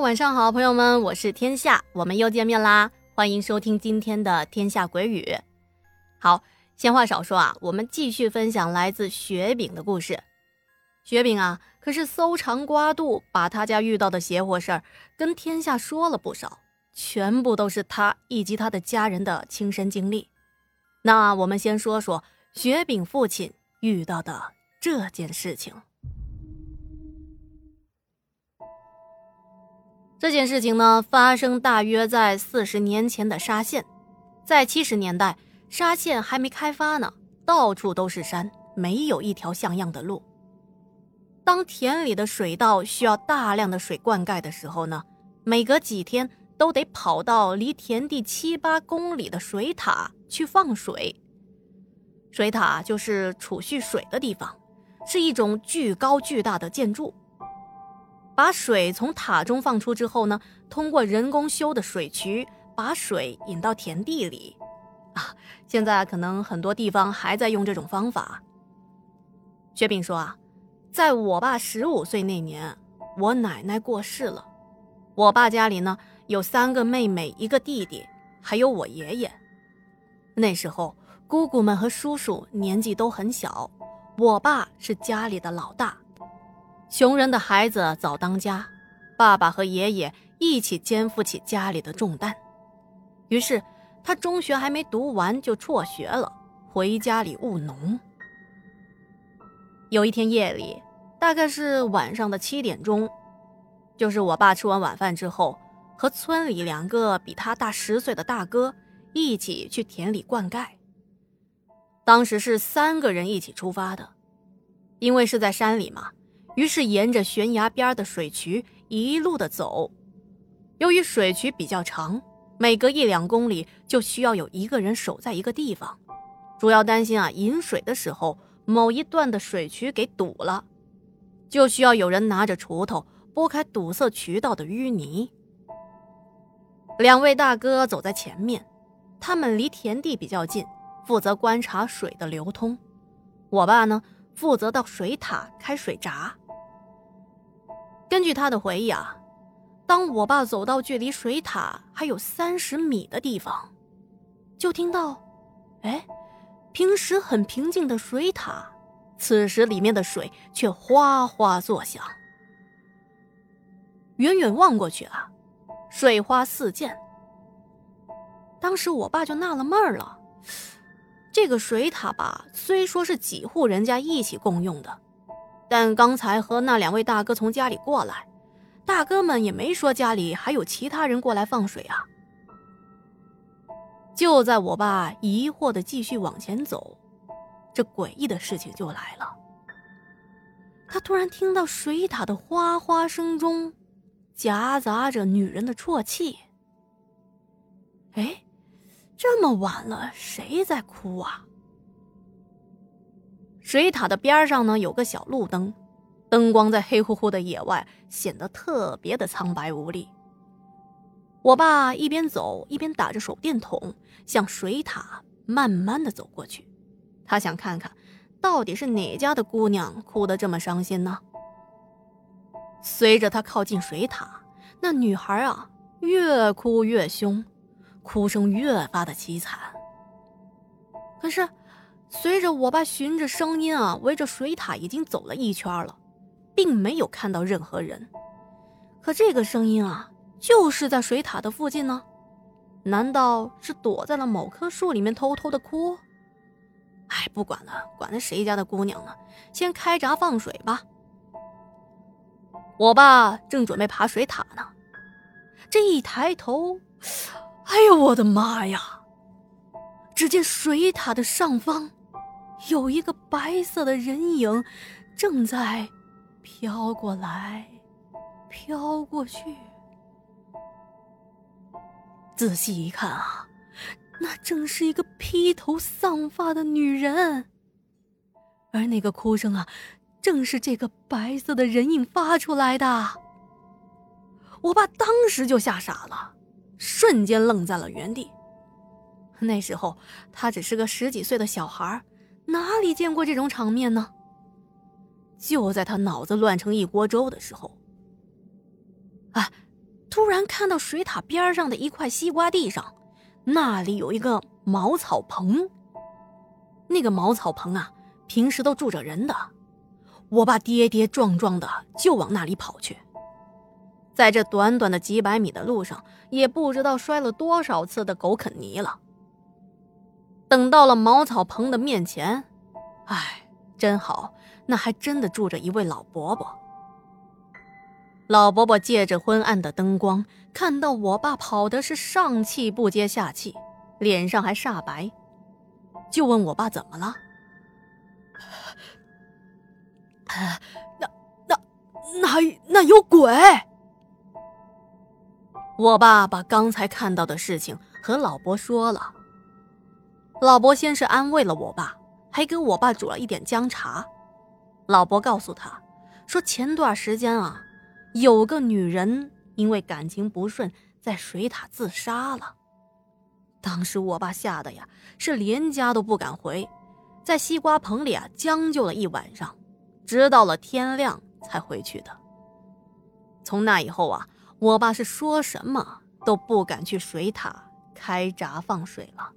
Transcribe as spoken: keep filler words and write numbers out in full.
晚上好，朋友们，我是天下，我们又见面啦，欢迎收听今天的天下鬼语。好，闲话少说啊，我们继续分享来自雪饼的故事。雪饼啊，可是搜肠刮肚，把他家遇到的邪乎事儿跟天下说了不少，全部都是他以及他的家人的亲身经历。那我们先说说雪饼父亲遇到的这件事情。这件事情呢，发生大约在四十年前的沙县。在七十年代，沙县还没开发呢，到处都是山，没有一条像样的路。当田里的水稻需要大量的水灌溉的时候呢，每隔几天都得跑到离田地七八公里的水塔去放水。水塔就是储蓄水的地方，是一种巨高巨大的建筑。把水从塔中放出之后呢，通过人工修的水渠把水引到田地里啊。现在可能很多地方还在用这种方法。雪饼说啊，在我爸十五岁那年，我奶奶过世了。我爸家里呢有三个妹妹一个弟弟，还有我爷爷。那时候姑姑们和叔叔年纪都很小，我爸是家里的老大。穷人的孩子早当家，爸爸和爷爷一起肩负起家里的重担。于是他中学还没读完就辍学了，回家里务农。有一天夜里，大概是晚上的七点钟，就是我爸吃完晚饭之后，和村里两个比他大十岁的大哥一起去田里灌溉。当时是三个人一起出发的，因为是在山里嘛，于是沿着悬崖边的水渠一路的走。由于水渠比较长，每隔一两公里就需要有一个人守在一个地方，主要担心啊引水的时候某一段的水渠给堵了，就需要有人拿着锄头拨开堵塞渠道的淤泥。两位大哥走在前面，他们离田地比较近，负责观察水的流通。我爸呢，负责到水塔开水闸。根据他的回忆啊，当我爸走到距离水塔还有三十米的地方，就听到，哎，平时很平静的水塔，此时里面的水却哗哗作响。远远望过去啊，水花四溅。当时我爸就纳了闷了，这个水塔吧，虽说是几户人家一起共用的，但刚才和那两位大哥从家里过来，大哥们也没说家里还有其他人过来放水啊。就在我爸疑惑地继续往前走，这诡异的事情就来了。他突然听到水塔的哗哗声中夹杂着女人的啜泣。哎，这么晚了，谁在哭啊？水塔的边上呢有个小路灯，灯光在黑乎乎的野外显得特别的苍白无力。我爸一边走一边打着手电筒向水塔慢慢的走过去，他想看看到底是哪家的姑娘哭得这么伤心呢？随着他靠近水塔，那女孩啊越哭越凶，哭声越发的凄惨。可是随着我爸循着声音啊围着水塔已经走了一圈了，并没有看到任何人。可这个声音啊就是在水塔的附近呢，难道是躲在了某棵树里面偷偷的哭？哎，不管了，管他谁家的姑娘呢，先开闸放水吧。我爸正准备爬水塔呢，这一抬头，哎呦我的妈呀！只见水塔的上方有一个白色的人影正在飘过来飘过去。仔细一看啊，那正是一个披头丧发的女人，而那个哭声啊正是这个白色的人影发出来的。我爸当时就吓傻了，瞬间愣在了原地。那时候他只是个十几岁的小孩，哪里见过这种场面呢？就在他脑子乱成一锅粥的时候，啊， 突然看到水塔边上的一块西瓜地上，那里有一个茅草棚。那个茅草棚啊，平时都住着人的。我爸跌跌撞撞的就往那里跑去。在这短短的几百米的路上，也不知道摔了多少次的狗啃泥了。等到了茅草棚的面前，唉，真好，那还真的住着一位老伯伯。老伯伯借着昏暗的灯光，看到我爸跑的是上气不接下气，脸上还煞白，就问我爸怎么了。那那那那有鬼！我爸把刚才看到的事情和老伯说了。老伯先是安慰了我爸，还给我爸煮了一点姜茶。老伯告诉他说，前段时间啊，有个女人因为感情不顺，在水塔自杀了。当时我爸吓得呀，是连家都不敢回，在西瓜棚里啊将就了一晚上，直到了天亮才回去的。从那以后啊，我爸是说什么都不敢去水塔开闸放水了。